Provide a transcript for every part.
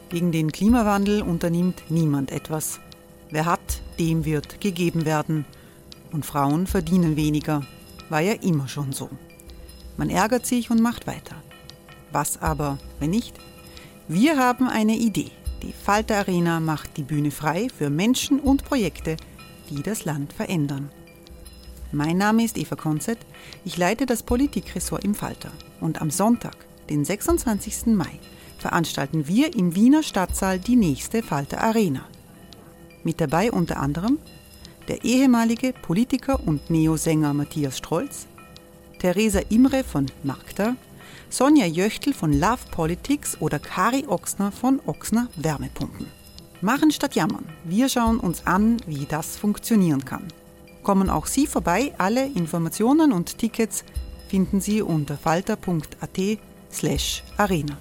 Gegen den Klimawandel unternimmt niemand etwas. Wer hat, dem wird gegeben werden. Und Frauen verdienen weniger. War ja immer schon so. Man ärgert sich und macht weiter. Was aber, wenn nicht? Wir haben eine Idee. Die Falter Arena macht die Bühne frei für Menschen und Projekte, die das Land verändern. Mein Name ist Eva Konzett. Ich leite das Politikressort im Falter. Und am Sonntag, den 26. Mai, veranstalten wir im Wiener Stadtsaal die nächste Falter Arena. Mit dabei unter anderem der ehemalige Politiker und Neosänger Matthias Strolz, Theresa Imre von Magda, Sonja Jöchtl von Love Politics oder Kari Ochsner von Ochsner Wärmepumpen. Machen statt jammern. Wir schauen uns an, wie das funktionieren kann. Kommen auch Sie vorbei. Alle Informationen und Tickets finden Sie unter falter.at/arena.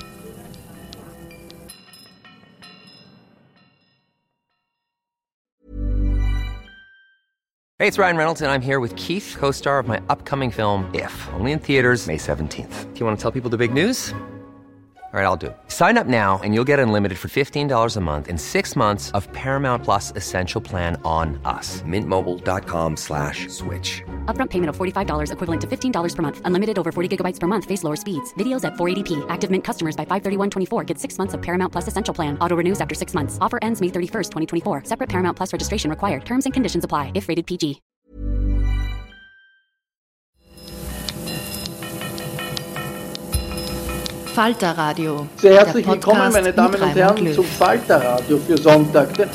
Hey, it's Ryan Reynolds, and I'm here with Keith, co-star of my upcoming film, If, only in theaters May 17th. Do you want to tell people the big news? All right, I'll do it. Sign up now and you'll get unlimited for $15 a month and 6 months of Paramount Plus Essential Plan on us. MintMobile.com/switch. Upfront payment of $45 equivalent to $15 per month. Unlimited over 40 gigabytes per month. Face lower speeds. Videos at 480p. Active Mint customers by 531.24 get 6 months of Paramount Plus Essential Plan. Auto renews after 6 months. Offer ends May 31st, 2024. Separate Paramount Plus registration required. Terms and conditions apply if rated PG. Falter Radio. Sehr herzlich willkommen, meine Damen und Herren, zum Falter Radio für Sonntag, den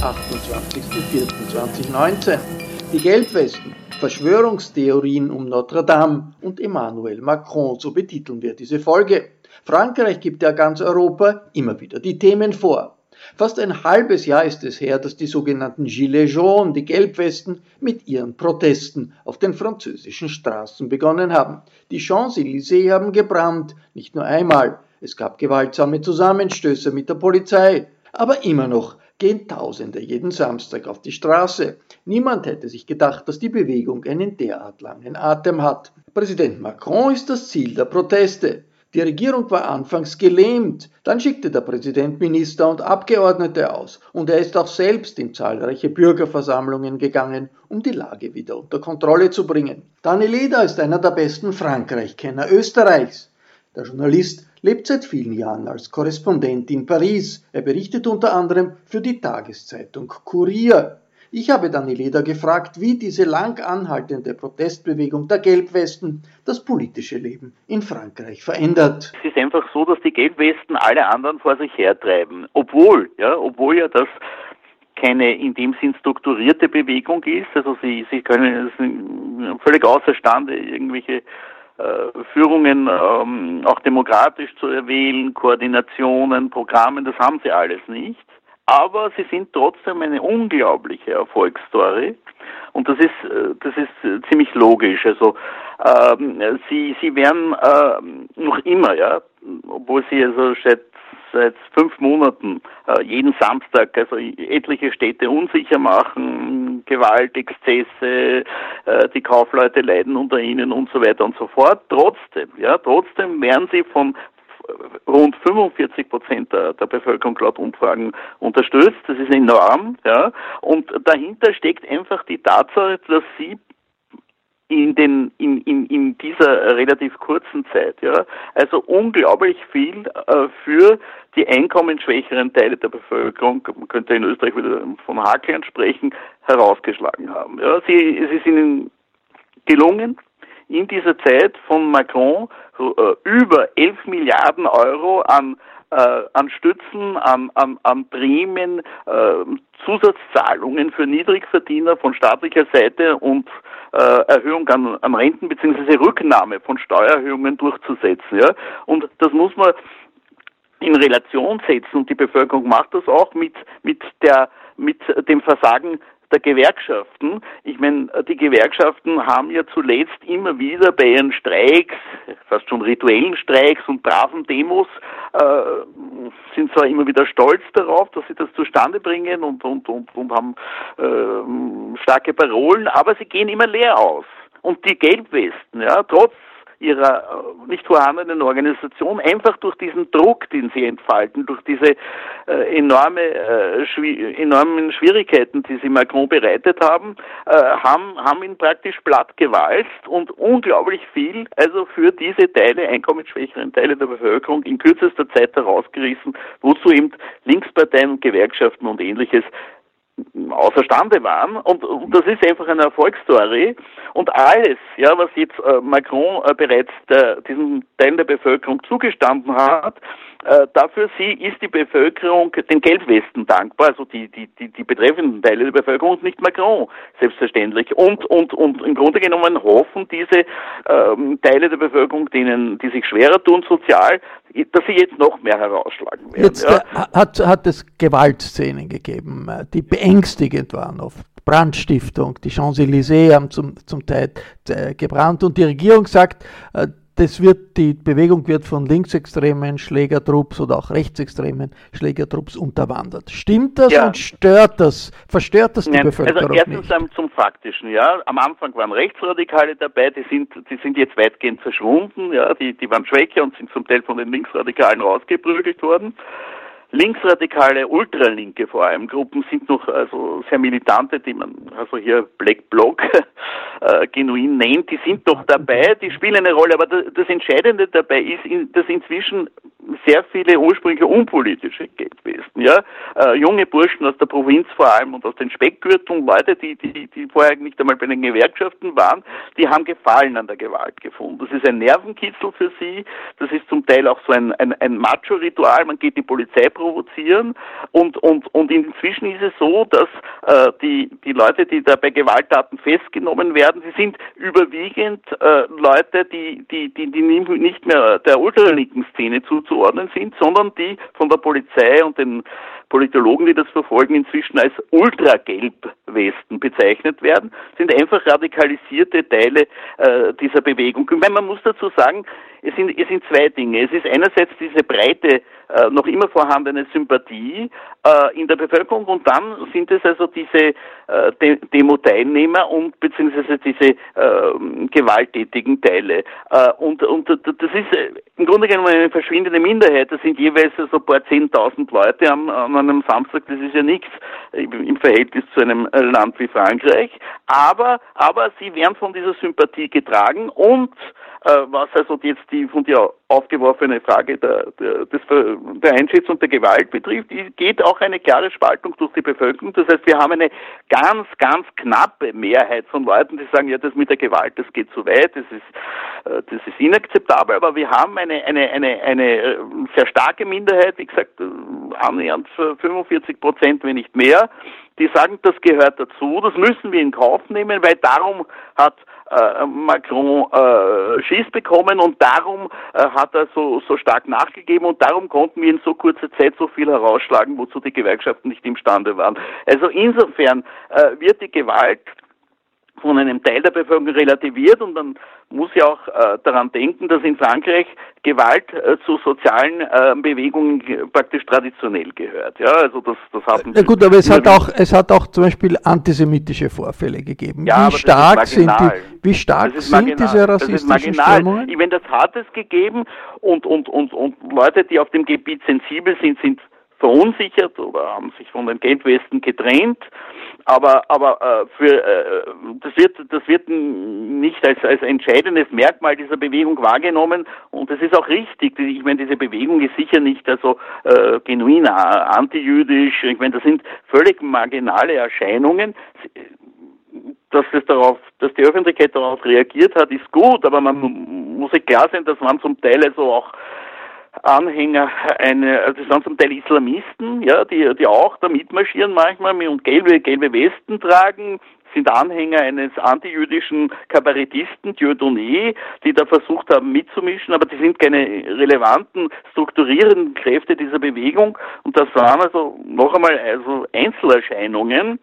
28.04.2019. Die Gelbwesten, Verschwörungstheorien um Notre Dame und Emmanuel Macron, so betiteln wir diese Folge. Frankreich gibt ja ganz Europa immer wieder die Themen vor. Fast ein halbes Jahr ist es her, dass die sogenannten Gilets jaunes, die Gelbwesten, mit ihren Protesten auf den französischen Straßen begonnen haben. Die Champs-Élysées haben gebrannt, nicht nur einmal. Es gab gewaltsame Zusammenstöße mit der Polizei. Aber immer noch gehen Tausende jeden Samstag auf die Straße. Niemand hätte sich gedacht, dass die Bewegung einen derart langen Atem hat. Präsident Macron ist das Ziel der Proteste. Die Regierung war anfangs gelähmt, dann schickte der Präsident Minister und Abgeordnete aus und er ist auch selbst in zahlreiche Bürgerversammlungen gegangen, um die Lage wieder unter Kontrolle zu bringen. Daniel Eder ist einer der besten Frankreich-Kenner Österreichs. Der Journalist lebt seit vielen Jahren als Korrespondent in Paris. Er berichtet unter anderem für die Tageszeitung Kurier. Ich habe Daniel Eder gefragt, wie diese lang anhaltende Protestbewegung der Gelbwesten das politische Leben in Frankreich verändert. Es ist einfach so, dass die Gelbwesten alle anderen vor sich hertreiben. Obwohl ja das keine in dem Sinn strukturierte Bewegung ist. Also sie können völlig außerstande irgendwelche Führungen auch demokratisch zu erwählen, Koordinationen, Programmen, das haben sie alles nicht. Aber sie sind trotzdem eine unglaubliche Erfolgsstory und das ist ziemlich logisch. Also sie werden noch immer, ja, obwohl sie also seit 5 Monaten jeden Samstag also etliche Städte unsicher machen, Gewalt, Exzesse, die Kaufleute leiden unter ihnen und so weiter und so fort. Trotzdem werden sie von rund 45% der Bevölkerung laut Umfragen unterstützt. Das ist enorm, ja. Und dahinter steckt einfach die Tatsache, dass sie in dieser relativ kurzen Zeit, ja, also unglaublich viel für die einkommensschwächeren Teile der Bevölkerung, man könnte in Österreich wieder von Hakeln sprechen, herausgeschlagen haben. Ja. Es ist ihnen gelungen, in dieser Zeit von Macron über 11 Milliarden Euro an Stützen, an Prämien, Zusatzzahlungen für Niedrigverdiener von staatlicher Seite und Erhöhung an Renten bzw. Rücknahme von Steuererhöhungen durchzusetzen. Ja? Und das muss man in Relation setzen und die Bevölkerung macht das auch mit dem Versagen der Gewerkschaften. Ich meine, die Gewerkschaften haben ja zuletzt immer wieder bei ihren Streiks, fast schon rituellen Streiks und braven Demos, sind zwar immer wieder stolz darauf, dass sie das zustande bringen und haben starke Parolen, aber sie gehen immer leer aus. Und die Gelbwesten, ja, trotz ihrer nicht vorhandenen Organisation, einfach durch diesen Druck, den sie entfalten, durch diese enormen Schwierigkeiten, die sie Macron bereitet haben, haben ihn praktisch plattgewalzt und unglaublich viel, also für diese Teile, einkommensschwächeren Teile der Bevölkerung in kürzester Zeit herausgerissen, wozu eben Linksparteien, Gewerkschaften und Ähnliches außerstande waren, und das ist einfach eine Erfolgsstory, und alles, ja, was jetzt Macron bereits diesen Teil der Bevölkerung zugestanden hat, dafür ist die Bevölkerung den Gelbwesten dankbar, also die betreffenden Teile der Bevölkerung, und nicht Macron, selbstverständlich, und im Grunde genommen hoffen diese Teile der Bevölkerung, die sich schwerer tun sozial, dass sie jetzt noch mehr herausschlagen werden. Jetzt hat es Gewaltszenen gegeben, die beängstigend waren, auf Brandstiftung, die Champs-Élysées haben zum Teil gebrannt, und die Regierung sagt, die Bewegung wird von linksextremen Schlägertrupps oder auch rechtsextremen Schlägertrupps unterwandert. Stimmt das und verstört das die Bevölkerung also erstens nicht? Zum Faktischen, ja. Am Anfang waren Rechtsradikale dabei, die sind jetzt weitgehend verschwunden, ja. Die waren schwächer und sind zum Teil von den Linksradikalen rausgeprügelt worden. Linksradikale, ultralinke vor allem Gruppen sind noch sehr militante, die man also hier Black Bloc genuin nennt, die sind noch dabei, die spielen eine Rolle, aber das Entscheidende dabei ist, dass inzwischen sehr viele ursprünglich unpolitische Gelbwesten, ja, junge Burschen aus der Provinz vor allem und aus den Speckgürteln, Leute, die vorher nicht einmal bei den Gewerkschaften waren, die haben Gefallen an der Gewalt gefunden. Das ist ein Nervenkitzel für sie, das ist zum Teil auch so ein Macho-Ritual, man geht die Polizei provozieren, und inzwischen ist es so, dass die Leute, die da bei Gewalttaten festgenommen werden, sie sind überwiegend Leute, die nicht mehr der ultralinken Szene zuzuordnen sind, sondern die von der Polizei und den Politologen, die das verfolgen, inzwischen als Ultragelbwesten bezeichnet werden, sind einfach radikalisierte Teile dieser Bewegung. Und man muss dazu sagen, es sind zwei Dinge. Es ist einerseits diese breite, noch immer vorhandene Sympathie in der Bevölkerung, und dann sind es also diese Demo-Teilnehmer und beziehungsweise diese gewalttätigen Teile. Und das ist im Grunde genommen eine verschwindende Minderheit. Das sind jeweils so ein paar 10.000 Leute an einem Samstag. Das ist ja nichts im Verhältnis zu einem Land wie Frankreich. Aber sie werden von dieser Sympathie getragen, und was also jetzt die von dir aufgeworfene Frage der Einschätzung der Gewalt betrifft, geht auch eine klare Spaltung durch die Bevölkerung. Das heißt, wir haben eine ganz, ganz knappe Mehrheit von Leuten, die sagen, ja, das mit der Gewalt, das geht zu weit, das ist inakzeptabel, aber wir haben eine sehr starke Minderheit, wie gesagt, annähernd 45%, wenn nicht mehr, die sagen, das gehört dazu, das müssen wir in Kauf nehmen, weil darum hat Macron Schiss bekommen, und darum hat er so stark nachgegeben, und darum konnten wir in so kurzer Zeit so viel herausschlagen, wozu die Gewerkschaften nicht imstande waren. Also insofern wird die Gewalt von einem Teil der Bevölkerung relativiert, und man muss ja auch daran denken, dass in Frankreich Gewalt zu sozialen Bewegungen praktisch traditionell gehört. Ja, also das haben. Ja gut, aber es hat auch zum Beispiel antisemitische Vorfälle gegeben. Ja, Wie stark sind diese rassistischen Strömungen? Ich meine, das hat es gegeben, und Leute, die auf dem Gebiet sensibel sind verunsichert oder haben sich von den Gelbwesten getrennt, aber das wird nicht als entscheidendes Merkmal dieser Bewegung wahrgenommen, und das ist auch richtig. Ich meine, diese Bewegung ist sicher nicht genuin antijüdisch. Ich meine, das sind völlig marginale Erscheinungen. Dass die Öffentlichkeit darauf reagiert hat, ist gut, aber man muss sich klar sein, dass man zum Teil also auch Anhänger das sind zum Teil Islamisten, ja, die auch da mitmarschieren manchmal und gelbe Westen tragen, sind Anhänger eines antijüdischen Kabarettisten, Dieudonné, die da versucht haben mitzumischen, aber die sind keine relevanten, strukturierenden Kräfte dieser Bewegung, und das waren also noch einmal Einzelerscheinungen.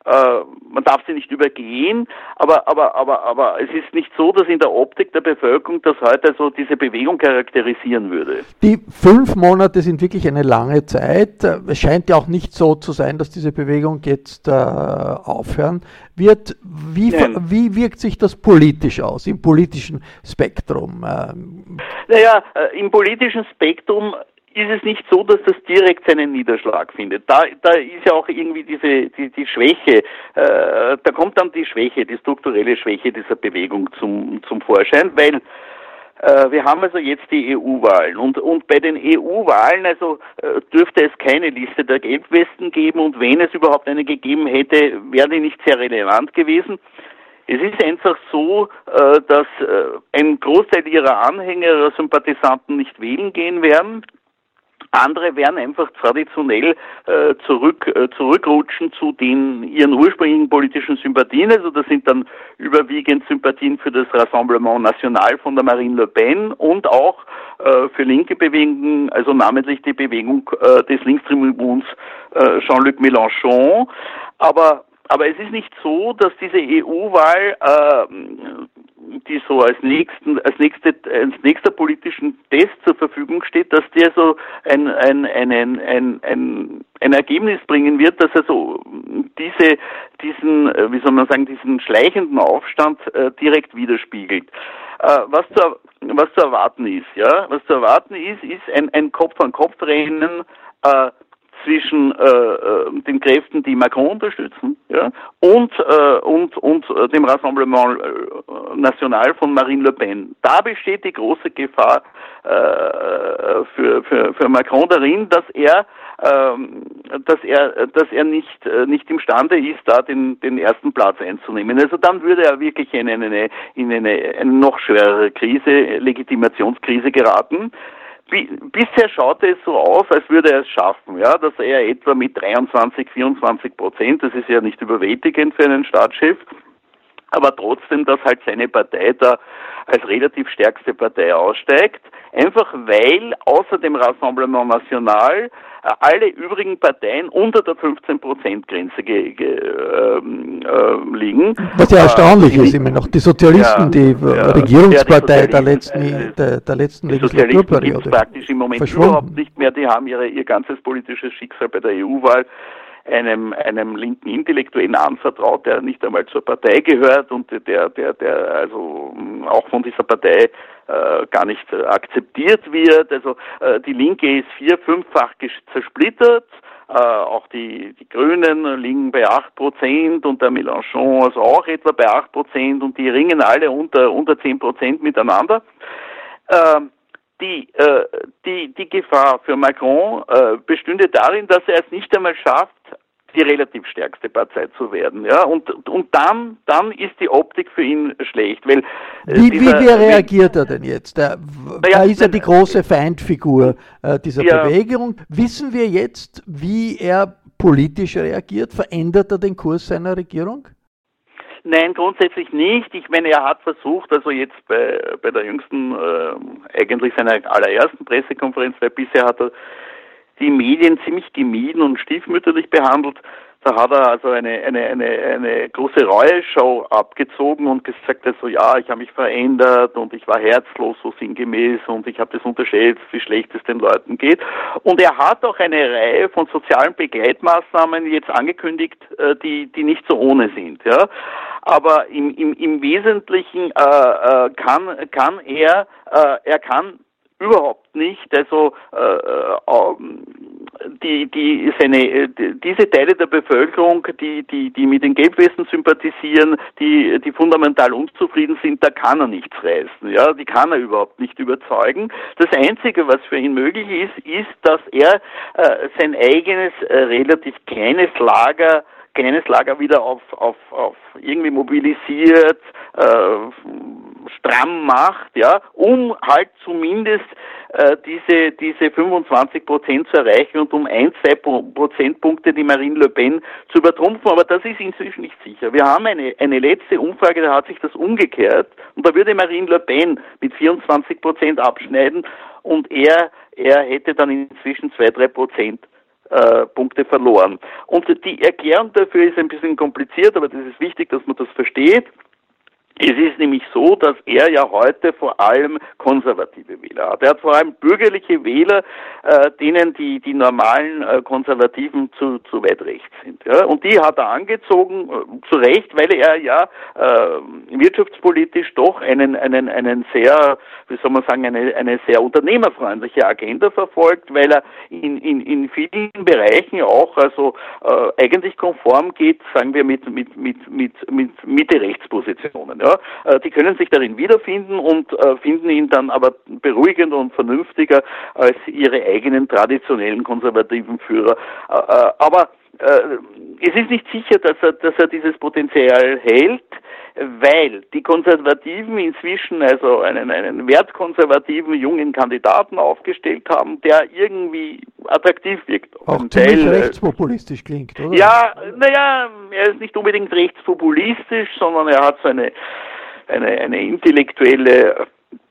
man darf sie nicht übergehen, aber es ist nicht so, dass in der Optik der Bevölkerung das heute so diese Bewegung charakterisieren würde. Die 5 Monate sind wirklich eine lange Zeit. Es scheint ja auch nicht so zu sein, dass diese Bewegung jetzt aufhören wird. Wie wirkt sich das politisch aus, im politischen Spektrum? Naja, im politischen Spektrum ist es nicht so, dass das direkt seinen Niederschlag findet. Da ist ja auch irgendwie die Schwäche, da kommt dann die Schwäche, die strukturelle Schwäche dieser Bewegung zum Vorschein, weil wir haben also jetzt die EU-Wahlen und bei den EU-Wahlen also dürfte es keine Liste der Gelbwesten geben und wenn es überhaupt eine gegeben hätte, wäre die nicht sehr relevant gewesen. Es ist einfach so, dass ein Großteil ihrer Anhänger, ihrer Sympathisanten nicht wählen gehen werden. Andere werden einfach traditionell zurückrutschen zu ihren ursprünglichen politischen Sympathien. Also das sind dann überwiegend Sympathien für das Rassemblement National von der Marine Le Pen und auch für linke Bewegungen, also namentlich die Bewegung des Linkstribuns Jean-Luc Mélenchon. Aber es ist nicht so, dass diese EU-Wahl, die so als nächster politischen Test zur Verfügung steht, dass der so ein Ergebnis bringen wird, dass also diesen schleichenden Aufstand direkt widerspiegelt. Was zu erwarten ist, ja, ist ein Kopf-an-Kopf-Rennen zwischen den Kräften, die Macron unterstützen, ja, und dem Rassemblement National von Marine Le Pen. Da besteht die große Gefahr für Macron darin, dass er nicht imstande ist, da den ersten Platz einzunehmen. Also dann würde er wirklich in eine noch schwerere Krise, Legitimationskrise geraten. Bisher schaute es so aus, als würde er es schaffen, ja, dass er etwa mit 23-24%, das ist ja nicht überwältigend für einen Staatschef, aber trotzdem, dass halt seine Partei da als relativ stärkste Partei aussteigt, einfach weil außer dem Rassemblement National alle übrigen Parteien unter der 15%-Grenze liegen. Was ja erstaunlich ist immer noch. Die Sozialisten, die Regierungspartei der letzten Legislaturperiode, gibt es praktisch im Moment überhaupt nicht mehr. Die haben ihr ganzes politisches Schicksal bei der EU-Wahl einem linken Intellektuellen anvertraut, der nicht einmal zur Partei gehört und der also auch von dieser Partei gar nicht akzeptiert wird. Also die Linke ist 4-5-fach zersplittert. Auch die Grünen liegen bei 8% und der Mélenchon also auch etwa bei 8% und die ringen alle unter 10% miteinander. Die Gefahr für Macron bestünde darin, dass er es nicht einmal schafft, die relativ stärkste Partei zu werden, ja, und dann ist die Optik für ihn schlecht, weil wie reagiert er denn jetzt? Da ist er die große Feindfigur dieser Bewegung. Wissen wir jetzt, wie er politisch reagiert? Verändert er den Kurs seiner Regierung? Nein, grundsätzlich nicht. Ich meine, er hat versucht, also jetzt bei der jüngsten, eigentlich seiner allerersten Pressekonferenz, weil bisher hat er die Medien ziemlich gemieden und stiefmütterlich behandelt. Da hat er also eine große Reue-Show abgezogen und gesagt, also ja, ich habe mich verändert und ich war herzlos, so sinngemäß, und ich habe das unterschätzt, wie schlecht es den Leuten geht. Und er hat auch eine Reihe von sozialen Begleitmaßnahmen jetzt angekündigt, die nicht so ohne sind, ja. Aber im Wesentlichen kann er überhaupt nicht, also diese Teile der Bevölkerung, die mit den Gelbwesten sympathisieren, die fundamental unzufrieden sind, da kann er nichts reißen, ja, die kann er überhaupt nicht überzeugen. Das Einzige, was für ihn möglich ist, dass er sein eigenes relativ kleines Lager wieder auf irgendwie mobilisiert, stramm macht, ja, um halt zumindest diese 25% zu erreichen und um 1-2 Prozentpunkte die Marine Le Pen zu übertrumpfen. Aber das ist inzwischen nicht sicher. Wir haben eine letzte Umfrage, da hat sich das umgekehrt und da würde Marine Le Pen mit 24% abschneiden und er hätte dann inzwischen 2-3% Punkte verloren. Und die Erklärung dafür ist ein bisschen kompliziert, aber das ist wichtig, dass man das versteht. Es ist nämlich so, dass er ja heute vor allem konservative Wähler hat. Er hat vor allem bürgerliche Wähler, denen die normalen Konservativen zu weit rechts sind. Ja? Und die hat er angezogen, zu Recht, weil er ja wirtschaftspolitisch doch einen sehr, wie soll man sagen, eine sehr unternehmerfreundliche Agenda verfolgt, weil er in vielen Bereichen auch eigentlich konform geht, sagen wir mit Mitte-Rechts-Positionen. Ja, die können sich darin wiederfinden und finden ihn dann aber beruhigender und vernünftiger als ihre eigenen traditionellen konservativen Führer. Aber es ist nicht sicher, dass er dieses Potenzial hält, weil die Konservativen inzwischen also einen wertkonservativen jungen Kandidaten aufgestellt haben, der irgendwie attraktiv wirkt. Auch ziemlich rechtspopulistisch klingt, oder? Ja, naja, er ist nicht unbedingt rechtspopulistisch, sondern er hat so eine intellektuelle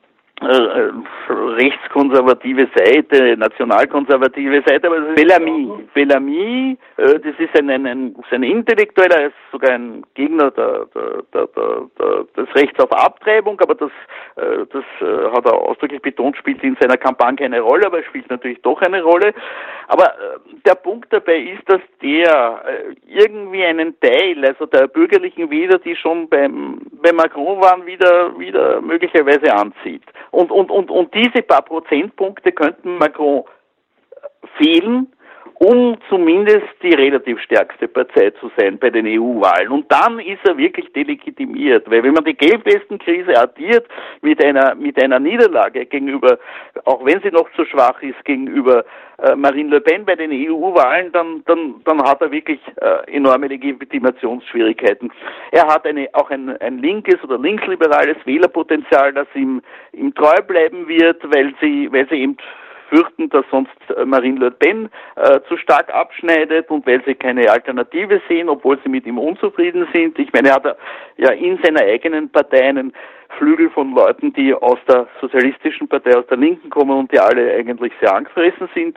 rechtskonservative Seite, nationalkonservative Seite, aber Bellamy, das ist ein Intellektueller, er ist sogar ein Gegner des Rechts auf Abtreibung, aber das hat er ausdrücklich betont, spielt in seiner Kampagne keine Rolle, aber es spielt natürlich doch eine Rolle. Aber der Punkt dabei ist, dass der irgendwie einen Teil, also der bürgerlichen Wähler, die schon bei Macron waren, wieder möglicherweise anzieht. Und diese paar Prozentpunkte könnten Macron fehlen, um zumindest die relativ stärkste Partei zu sein bei den EU-Wahlen. Und dann ist er wirklich delegitimiert, weil wenn man die Gelbwesten-Krise addiert mit einer Niederlage gegenüber, auch wenn sie noch zu schwach ist, gegenüber Marine Le Pen bei den EU-Wahlen, dann hat er wirklich enorme Legitimationsschwierigkeiten. Er hat auch ein linkes oder linksliberales Wählerpotenzial, das ihm treu bleiben wird, weil sie eben fürchten, dass sonst Marine Le Pen zu stark abschneidet und weil sie keine Alternative sehen, obwohl sie mit ihm unzufrieden sind. Ich meine, er hat ja in seiner eigenen Partei einen Flügel von Leuten, die aus der sozialistischen Partei, aus der Linken kommen und die alle eigentlich sehr angefressen sind.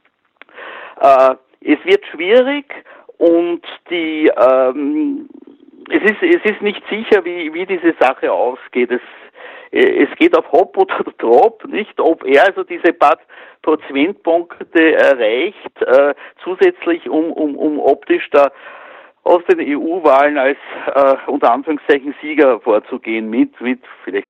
Es wird schwierig und es ist nicht sicher, wie diese Sache ausgeht. Es geht auf Hop oder Drop, nicht, ob er also diese paar Prozentpunkte erreicht, zusätzlich um optisch da aus den EU-Wahlen als unter Anführungszeichen Sieger vorzugehen mit vielleicht.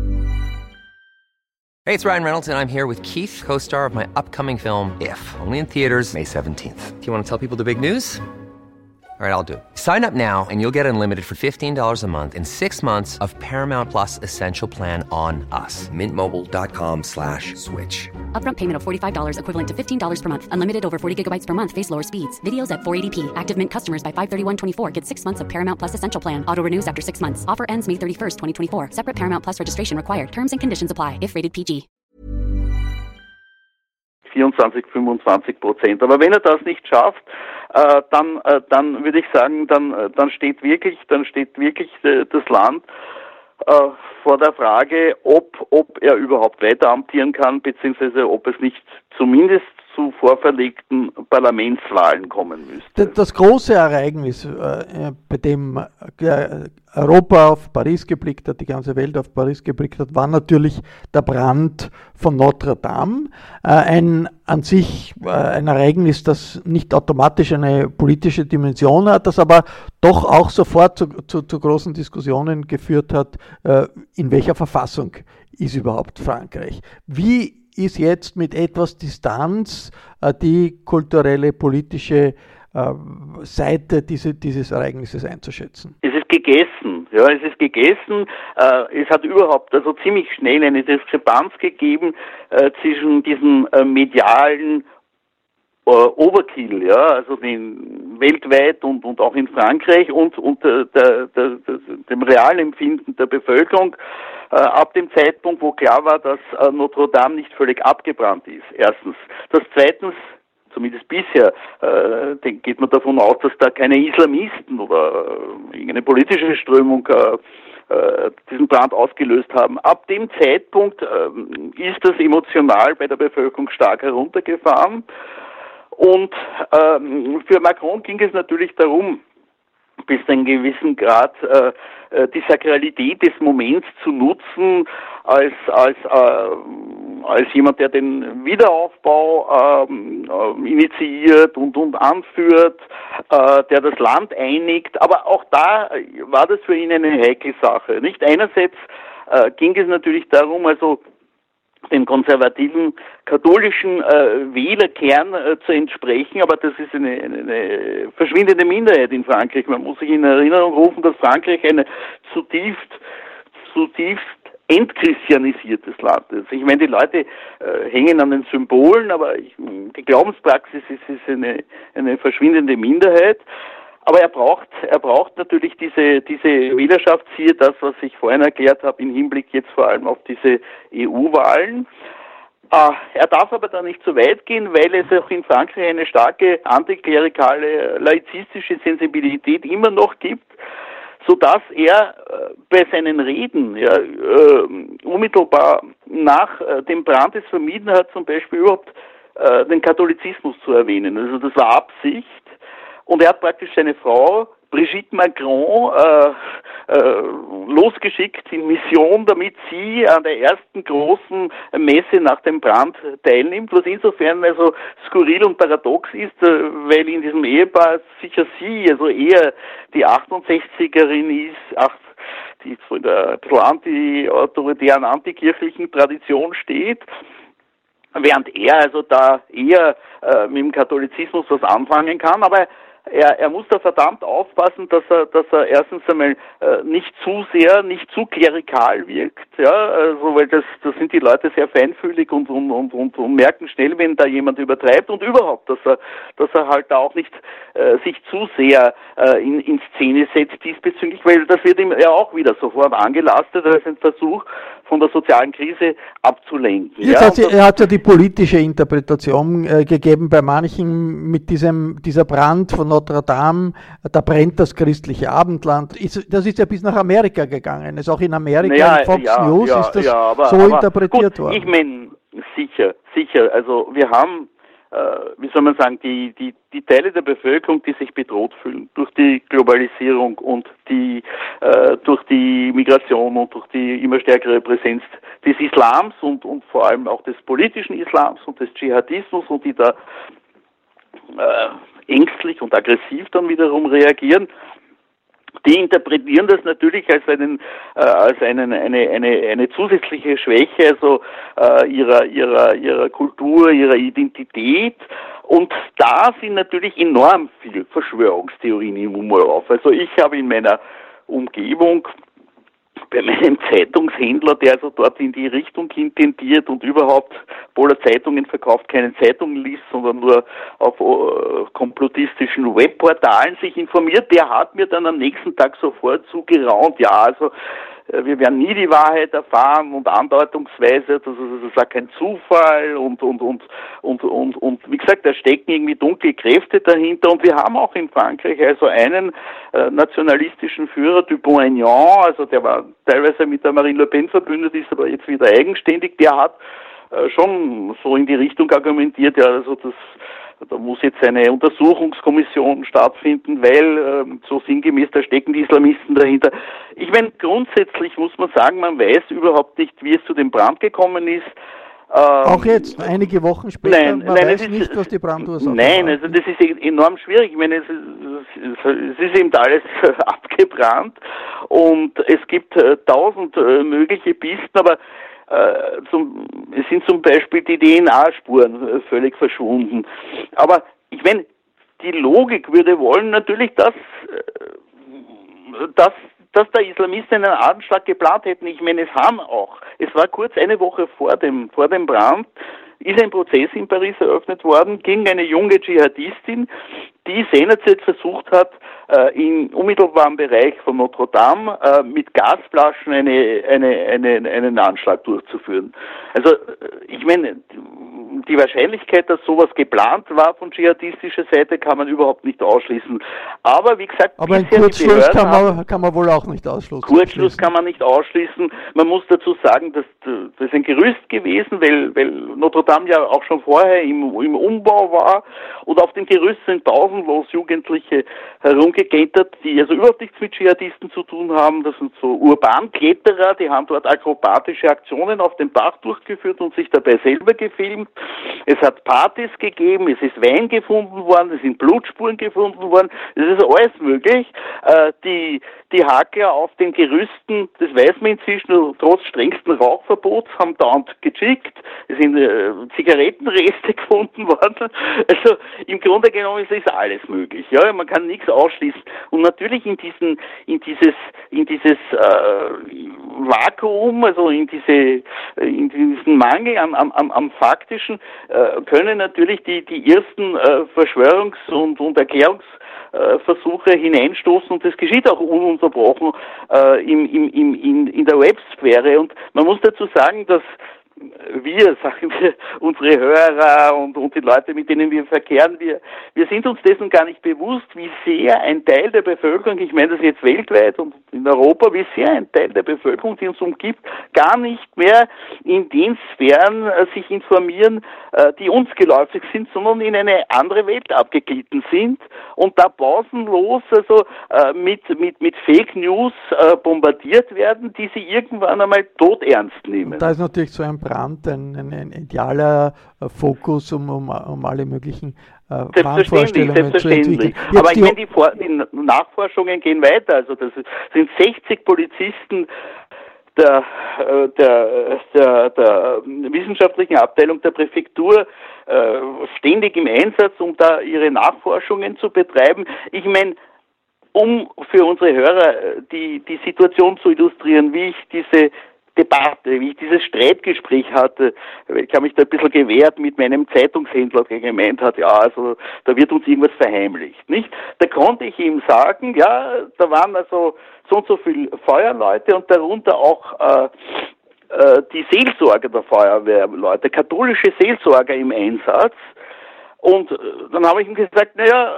Hey, it's Ryan Reynolds, and I'm here with Keith, co-star of my upcoming film, If, only in theaters May 17th. Do you want to tell people the big news? All right, I'll do it. Sign up now and you'll get unlimited for $15 a month and 6 months of Paramount Plus Essential Plan on us. MintMobile.com/switch. Upfront payment of $45 equivalent to $15 per month. Unlimited over 40 gigabytes per month. Face lower speeds. Videos at 480p. Active Mint customers by 531.24 get 6 months of Paramount Plus Essential Plan. Auto renews after 6 months. Offer ends May 31st, 2024. Separate Paramount Plus registration required. Terms and conditions apply if rated PG. 24-25%. Aber wenn er das nicht schafft, dann würde ich sagen, dann steht wirklich das Land vor der Frage, ob er überhaupt weiter amtieren kann, beziehungsweise ob es nicht zumindest zu vorverlegten Parlamentswahlen kommen müsste. Das große Ereignis, bei dem Europa auf Paris geblickt hat, die ganze Welt auf Paris geblickt hat, war natürlich der Brand von Notre Dame. Ein Ereignis, das nicht automatisch eine politische Dimension hat, das aber doch auch sofort zu großen Diskussionen geführt hat, in welcher Verfassung ist überhaupt Frankreich. Wie ist jetzt mit etwas Distanz die kulturelle, politische Seite dieses Ereignisses einzuschätzen? Es ist gegessen. Es hat überhaupt ziemlich schnell eine Diskrepanz gegeben zwischen diesen medialen Overkill, also den weltweit und auch in Frankreich und dem realen Empfinden der Bevölkerung ab dem Zeitpunkt, wo klar war, dass Notre Dame nicht völlig abgebrannt ist. Erstens. Das zweitens, zumindest bisher, geht man davon aus, dass da keine Islamisten oder irgendeine politische Strömung diesen Brand ausgelöst haben. Ab dem Zeitpunkt ist das emotional bei der Bevölkerung stark heruntergefahren. Und für Macron ging es natürlich darum, bis zu einem gewissen Grad die Sakralität des Moments zu nutzen, als jemand, der den Wiederaufbau initiiert und anführt, der das Land einigt. Aber auch da war das für ihn eine heikle Sache. Nicht einerseits ging es natürlich darum, also dem konservativen katholischen Wählerkern zu entsprechen, aber das ist eine verschwindende Minderheit in Frankreich. Man muss sich in Erinnerung rufen, dass Frankreich eine zutiefst entchristianisiertes Land ist. Ich meine, die Leute hängen an den Symbolen, aber die Glaubenspraxis ist eine verschwindende Minderheit. Aber er braucht natürlich diese Wählerschaft, siehe das, was ich vorhin erklärt habe, im Hinblick jetzt vor allem auf diese EU-Wahlen. Er darf aber da nicht zu weit gehen, weil es auch in Frankreich eine starke antiklerikale, laizistische Sensibilität immer noch gibt, sodass er bei seinen Reden unmittelbar nach dem Brand es vermieden hat, zum Beispiel überhaupt den Katholizismus zu erwähnen. Also das war Absicht. Und er hat praktisch seine Frau, Brigitte Macron, losgeschickt in Mission, damit sie an der ersten großen Messe nach dem Brand teilnimmt, was insofern also skurril und paradox ist, weil in diesem Ehepaar sicher sie, also eher die 68erin ist, die von der ein bisschen anti-autoritären, antikirchlichen Tradition steht, während er also da eher mit dem Katholizismus was anfangen kann, aber er muss da verdammt aufpassen, dass er erstens einmal nicht zu sehr, nicht zu klerikal wirkt, ja, also weil das sind die Leute sehr feinfühlig und merken schnell, wenn da jemand übertreibt, und überhaupt, dass er halt da auch nicht sich zu sehr in Szene setzt diesbezüglich, weil das wird ihm ja auch wieder sofort angelastet als ein Versuch, von der sozialen Krise abzulenken. Jetzt er hat ja die politische Interpretation gegeben bei manchen mit dieser Brand von Notre Dame, da brennt das christliche Abendland. Das ist ja bis nach Amerika gegangen. Ist auch in Amerika, in Fox News ist das so interpretiert worden. Ich meine, sicher. Also wir haben, wie soll man sagen, die Teile der Bevölkerung, die sich bedroht fühlen durch die Globalisierung und durch die Migration und durch die immer stärkere Präsenz des Islams und vor allem auch des politischen Islams und des Dschihadismus, und die da ängstlich und aggressiv dann wiederum reagieren. Die interpretieren das natürlich als eine zusätzliche Schwäche, also ihrer Kultur, ihrer Identität. Und da sind natürlich enorm viele Verschwörungstheorien im Umlauf. Also ich habe in meiner Umgebung bei meinem Zeitungshändler, der also dort in die Richtung hin tendiert und überhaupt, obwohl er Zeitungen verkauft, keine Zeitungen liest, sondern nur auf komplotistischen Webportalen sich informiert, der hat mir dann am nächsten Tag sofort zugeraunt, ja, also wir werden nie die Wahrheit erfahren und andeutungsweise, das ist ja kein Zufall und wie gesagt, da stecken irgendwie dunkle Kräfte dahinter, und wir haben auch in Frankreich also einen nationalistischen Führer, Dupont-Aignan, also der war teilweise mit der Marine Le Pen verbündet, ist aber jetzt wieder eigenständig, der hat schon so in die Richtung argumentiert, ja, also da muss jetzt eine Untersuchungskommission stattfinden, weil so sinngemäß, da stecken die Islamisten dahinter. Ich meine, grundsätzlich muss man sagen, man weiß überhaupt nicht, wie es zu dem Brand gekommen ist. Auch jetzt, einige Wochen später, man weiß nicht, was die Brandursache war. Nein, also das ist enorm schwierig. Ich meine, es ist eben alles abgebrannt und es gibt 1000 mögliche Pisten, aber es sind zum Beispiel die DNA-Spuren völlig verschwunden. Aber ich meine, die Logik würde wollen natürlich, dass der Islamisten einen Anschlag geplant hätten. Ich meine, es war kurz eine Woche vor dem Brand, ist ein Prozess in Paris eröffnet worden gegen eine junge Dschihadistin, die seinerzeit versucht hat, im unmittelbaren Bereich von Notre Dame mit Gasflaschen einen Anschlag durchzuführen. Also ich meine, die Wahrscheinlichkeit, dass sowas geplant war von dschihadistischer Seite, kann man überhaupt nicht ausschließen. Aber wie gesagt, aber einen Kurzschluss kann man wohl auch nicht ausschließen. Kurzschluss kann man nicht ausschließen. Man muss dazu sagen, dass das ein Gerüst gewesen, weil Notre Dame ja auch schon vorher im Umbau war und auf dem Gerüst sind tausendlos Jugendliche herumgeklettert, die also überhaupt nichts mit Dschihadisten zu tun haben. Das sind so Urbankletterer, die haben dort akrobatische Aktionen auf dem Dach durchgeführt und sich dabei selber gefilmt. Es hat Partys gegeben, es ist Wein gefunden worden, es sind Blutspuren gefunden worden, es ist alles möglich. Die Hacker auf den Gerüsten, das weiß man inzwischen, trotz strengsten Rauchverbots, haben dauernd gechickt, es sind Zigarettenreste gefunden worden. Also im Grunde genommen ist alles möglich. Ja, man kann nichts ausschließen. Und natürlich in dieses Vakuum, also in diesen Mangel am Faktischen, können natürlich die ersten Verschwörungs- und Erklärungsversuche hineinstoßen und das geschieht auch ununterbrochen in der Websphäre. Und man muss dazu sagen, dass sagen wir, unsere Hörer und die Leute, mit denen wir verkehren, wir sind uns dessen gar nicht bewusst, wie sehr ein Teil der Bevölkerung, ich meine das jetzt weltweit und in Europa, wie sehr ein Teil der Bevölkerung, die uns umgibt, gar nicht mehr in den Sphären sich informieren, die uns geläufig sind, sondern in eine andere Welt abgeglitten sind und da pausenlos mit Fake News bombardiert werden, die sie irgendwann einmal todernst nehmen. Und da ist natürlich so ein Brand, ein idealer Fokus, um alle möglichen Wahnvorstellungen zu entwickeln. Aber ich meine, die Nachforschungen gehen weiter. Also das sind 60 Polizisten der wissenschaftlichen Abteilung der Präfektur ständig im Einsatz, um da ihre Nachforschungen zu betreiben. Ich meine, um für unsere Hörer die Situation zu illustrieren, wie ich diese Debatte, wie ich dieses Streitgespräch hatte, ich habe mich da ein bisschen gewehrt mit meinem Zeitungshändler, der gemeint hat, ja, also da wird uns irgendwas verheimlicht, nicht? Da konnte ich ihm sagen, ja, da waren also so und so viele Feuerleute und darunter auch die Seelsorger der Feuerwehrleute, katholische Seelsorger im Einsatz. Und dann habe ich ihm gesagt, naja,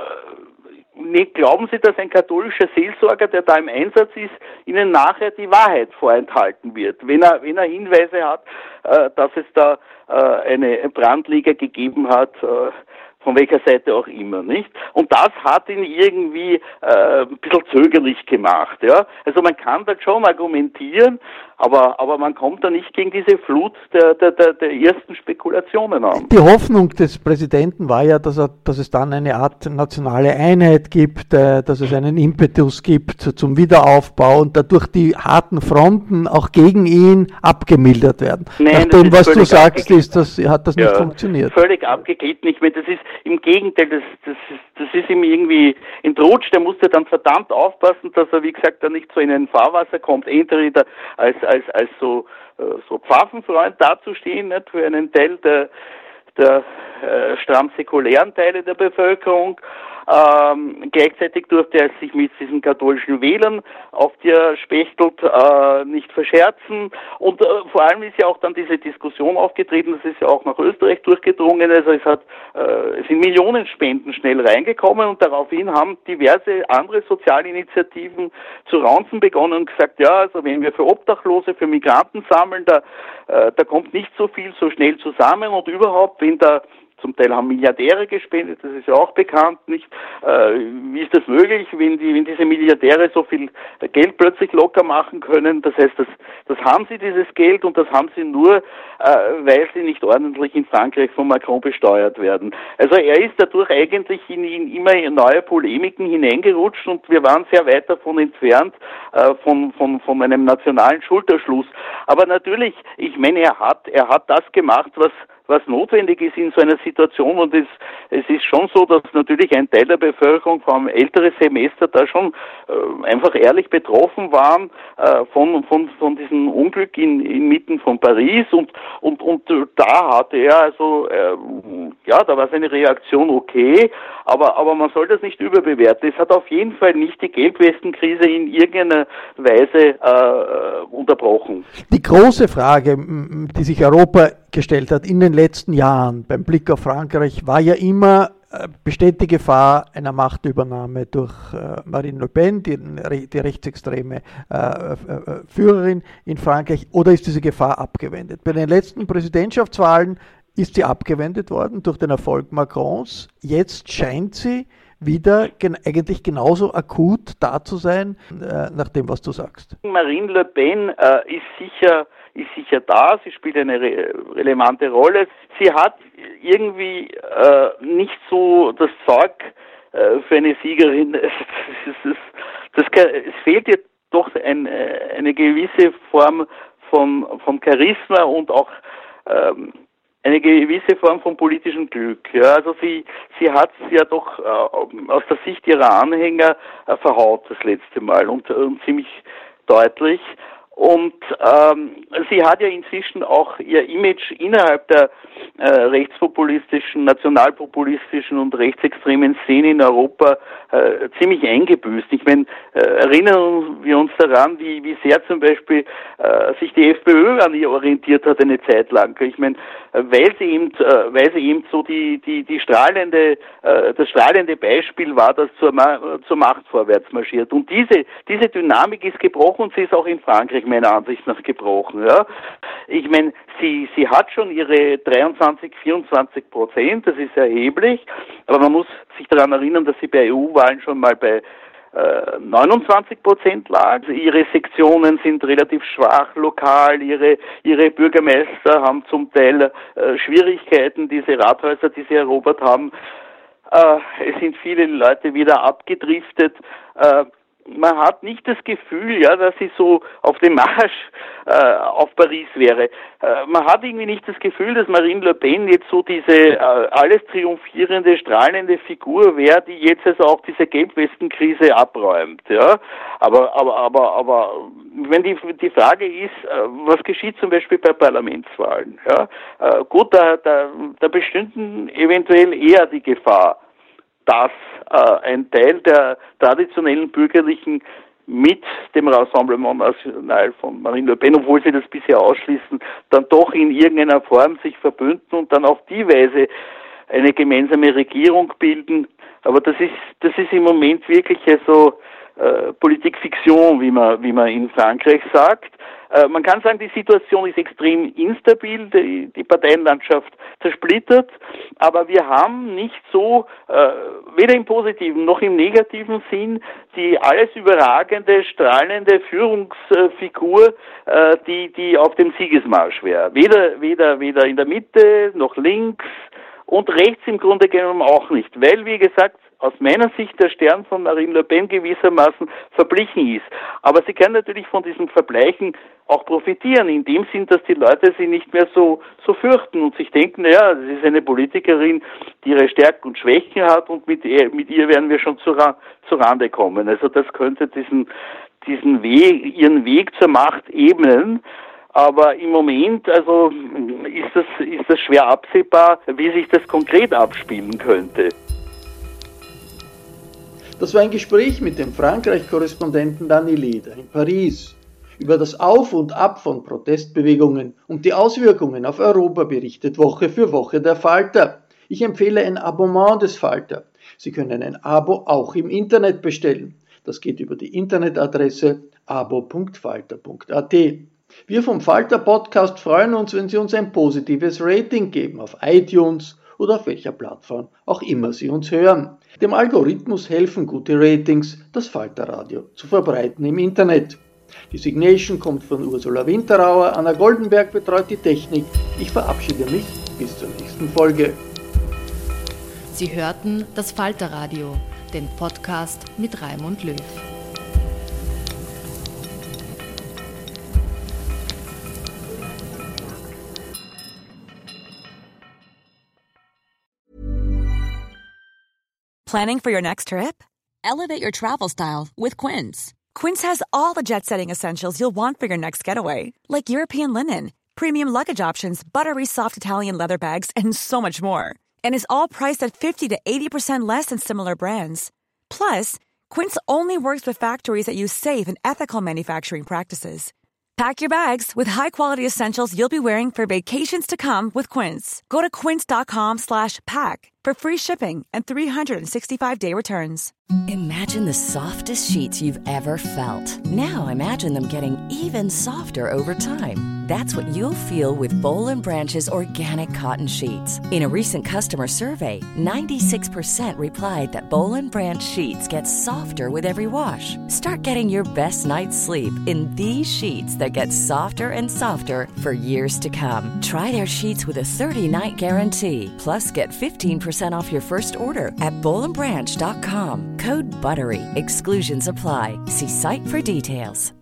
glauben Sie, dass ein katholischer Seelsorger, der da im Einsatz ist, Ihnen nachher die Wahrheit vorenthalten wird, wenn er Hinweise hat, dass es da eine Brandleger gegeben hat, von welcher Seite auch immer, nicht? Und das hat ihn irgendwie ein bisschen zögerlich gemacht, ja. Also man kann da schon argumentieren, aber man kommt da nicht gegen diese Flut der ersten Spekulationen an. Die Hoffnung des Präsidenten war ja, dass es dann eine Art nationale Einheit gibt, dass es einen Impetus gibt zum Wiederaufbau und dadurch die harten Fronten auch gegen ihn abgemildert werden. Nein, nach dem, was du sagst, hat das nicht funktioniert. Völlig abgeglitten. Ich meine, das ist im Gegenteil, das ist ihm irgendwie entrutscht. Der musste dann verdammt aufpassen, dass er, wie gesagt, da nicht so in ein Fahrwasser kommt, entweder als so Pfaffenfreund dazustehen, nicht, für einen Teil der stramm säkulären Teile der Bevölkerung. Gleichzeitig durfte er sich mit diesen katholischen Wählern, auf die er spechtelt, nicht verscherzen. Und vor allem ist ja auch dann diese Diskussion aufgetreten, das ist ja auch nach Österreich durchgedrungen. Also es sind Millionen Spenden schnell reingekommen und daraufhin haben diverse andere Sozialinitiativen zu raunzen begonnen und gesagt, ja, also wenn wir für Obdachlose, für Migranten sammeln, da kommt nicht so viel so schnell zusammen und überhaupt, wenn da zum Teil haben Milliardäre gespendet, das ist ja auch bekannt, nicht? Wie ist das möglich, wenn diese Milliardäre so viel Geld plötzlich locker machen können? Das heißt, das haben sie, dieses Geld, und das haben sie nur, weil sie nicht ordentlich in Frankreich von Macron besteuert werden. Also er ist dadurch eigentlich in immer neue Polemiken hineingerutscht und wir waren sehr weit davon entfernt, von einem nationalen Schulterschluss. Aber natürlich, ich meine, er hat das gemacht, was notwendig ist in so einer Situation, und es ist schon so, dass natürlich ein Teil der Bevölkerung, vor allem ältere Semester, da schon einfach ehrlich betroffen waren von diesem Unglück inmitten von Paris und da hatte er also da war seine Reaktion okay, aber man soll das nicht überbewerten. Es hat auf jeden Fall nicht die Gelbwestenkrise in irgendeiner Weise unterbrochen. Die große Frage, die sich Europa gestellt hat in den letzten Jahren beim Blick auf Frankreich, war ja immer, besteht die Gefahr einer Machtübernahme durch Marine Le Pen, die rechtsextreme Führerin in Frankreich, oder ist diese Gefahr abgewendet? Bei den letzten Präsidentschaftswahlen ist sie abgewendet worden durch den Erfolg Macrons. Jetzt scheint sie wieder eigentlich genauso akut da zu sein, nach dem, was du sagst. Marine Le Pen ist sicher da, sie spielt eine relevante Rolle. Sie hat irgendwie nicht so das Zeug für eine Siegerin. Es fehlt ihr doch eine gewisse Form vom Charisma und auch eine gewisse Form von politischem Glück. Ja, also sie hat es ja doch aus der Sicht ihrer Anhänger verhaut das letzte Mal und ziemlich deutlich. Und sie hat ja inzwischen auch ihr Image innerhalb der rechtspopulistischen, nationalpopulistischen und rechtsextremen Szene in Europa ziemlich eingebüßt. Ich meine, erinnern wir uns daran, wie sehr zum Beispiel sich die FPÖ an ihr orientiert hat eine Zeit lang. Ich meine, weil sie eben so das strahlende Beispiel war, das zur Macht vorwärts marschiert. Und diese Dynamik ist gebrochen und sie ist auch in Frankreich meiner Ansicht nach gebrochen. Ja. Ich meine, sie hat schon ihre 23-24%, das ist erheblich, aber man muss sich daran erinnern, dass sie bei EU-Wahlen schon mal bei 29% lag. Also ihre Sektionen sind relativ schwach lokal, ihre Bürgermeister haben zum Teil Schwierigkeiten, diese Rathäuser, die sie erobert haben. Es sind viele Leute wieder abgedriftet. Man hat nicht das Gefühl, ja, dass sie so auf dem Marsch auf Paris wäre. Man hat irgendwie nicht das Gefühl, dass Marine Le Pen jetzt so diese alles triumphierende, strahlende Figur wäre, die jetzt also auch diese Gelbwestenkrise abräumt. Ja, aber wenn die Frage ist, was geschieht zum Beispiel bei Parlamentswahlen? Ja, gut, da bestünden eventuell eher die Gefahr, dass ein Teil der traditionellen Bürgerlichen mit dem Rassemblement National von Marine Le Pen, obwohl sie das bisher ausschließen, dann doch in irgendeiner Form sich verbünden und dann auf die Weise eine gemeinsame Regierung bilden. Aber das ist im Moment wirklich so Politikfiktion, wie man in Frankreich sagt. Man kann sagen, die Situation ist extrem instabil, die Parteienlandschaft zersplittert, aber wir haben nicht so, weder im positiven noch im negativen Sinn, die alles überragende, strahlende Führungsfigur, die auf dem Siegesmarsch wäre. Weder in der Mitte noch links und rechts im Grunde genommen auch nicht, weil, wie gesagt, aus meiner Sicht der Stern von Marine Le Pen gewissermaßen verblichen ist. Aber sie kann natürlich von diesem Verbleichen auch profitieren, in dem Sinn, dass die Leute sie nicht mehr so fürchten und sich denken, naja, das ist eine Politikerin, die ihre Stärken und Schwächen hat und mit ihr werden wir schon zu Rande kommen. Also das könnte ihren Weg zur Macht ebnen. Aber im Moment, also ist das schwer absehbar, wie sich das konkret abspielen könnte. Das war ein Gespräch mit dem Frankreich-Korrespondenten Dani Leder in Paris. Über das Auf und Ab von Protestbewegungen und die Auswirkungen auf Europa berichtet Woche für Woche der Falter. Ich empfehle ein Abonnement des Falter. Sie können ein Abo auch im Internet bestellen. Das geht über die Internetadresse abo.falter.at. Wir vom Falter Podcast freuen uns, wenn Sie uns ein positives Rating geben auf iTunes oder auf welcher Plattform auch immer Sie uns hören. Dem Algorithmus helfen gute Ratings, das Falterradio zu verbreiten im Internet. Die Signation kommt von Ursula Winterauer, Anna Goldenberg betreut die Technik. Ich verabschiede mich bis zur nächsten Folge. Sie hörten das Falterradio, den Podcast mit Raimund Löw. Planning for your next trip? Elevate your travel style with Quince. Quince has all the jet-setting essentials you'll want for your next getaway, like European linen, premium luggage options, buttery soft Italian leather bags, and so much more. And is all priced at 50 to 80% less than similar brands. Plus, Quince only works with factories that use safe and ethical manufacturing practices. Pack your bags with high-quality essentials you'll be wearing for vacations to come with Quince. Go to quince.com/pack for free shipping and 365-day returns. Imagine the softest sheets you've ever felt. Now imagine them getting even softer over time. That's what you'll feel with Boll & Branch's organic cotton sheets. In a recent customer survey, 96% replied that Boll & Branch sheets get softer with every wash. Start getting your best night's sleep in these sheets that get softer and softer for years to come. Try their sheets with a 30-night guarantee. Plus, get 15% off your first order at bollandbranch.com. Code BUTTERY. Exclusions apply. See site for details.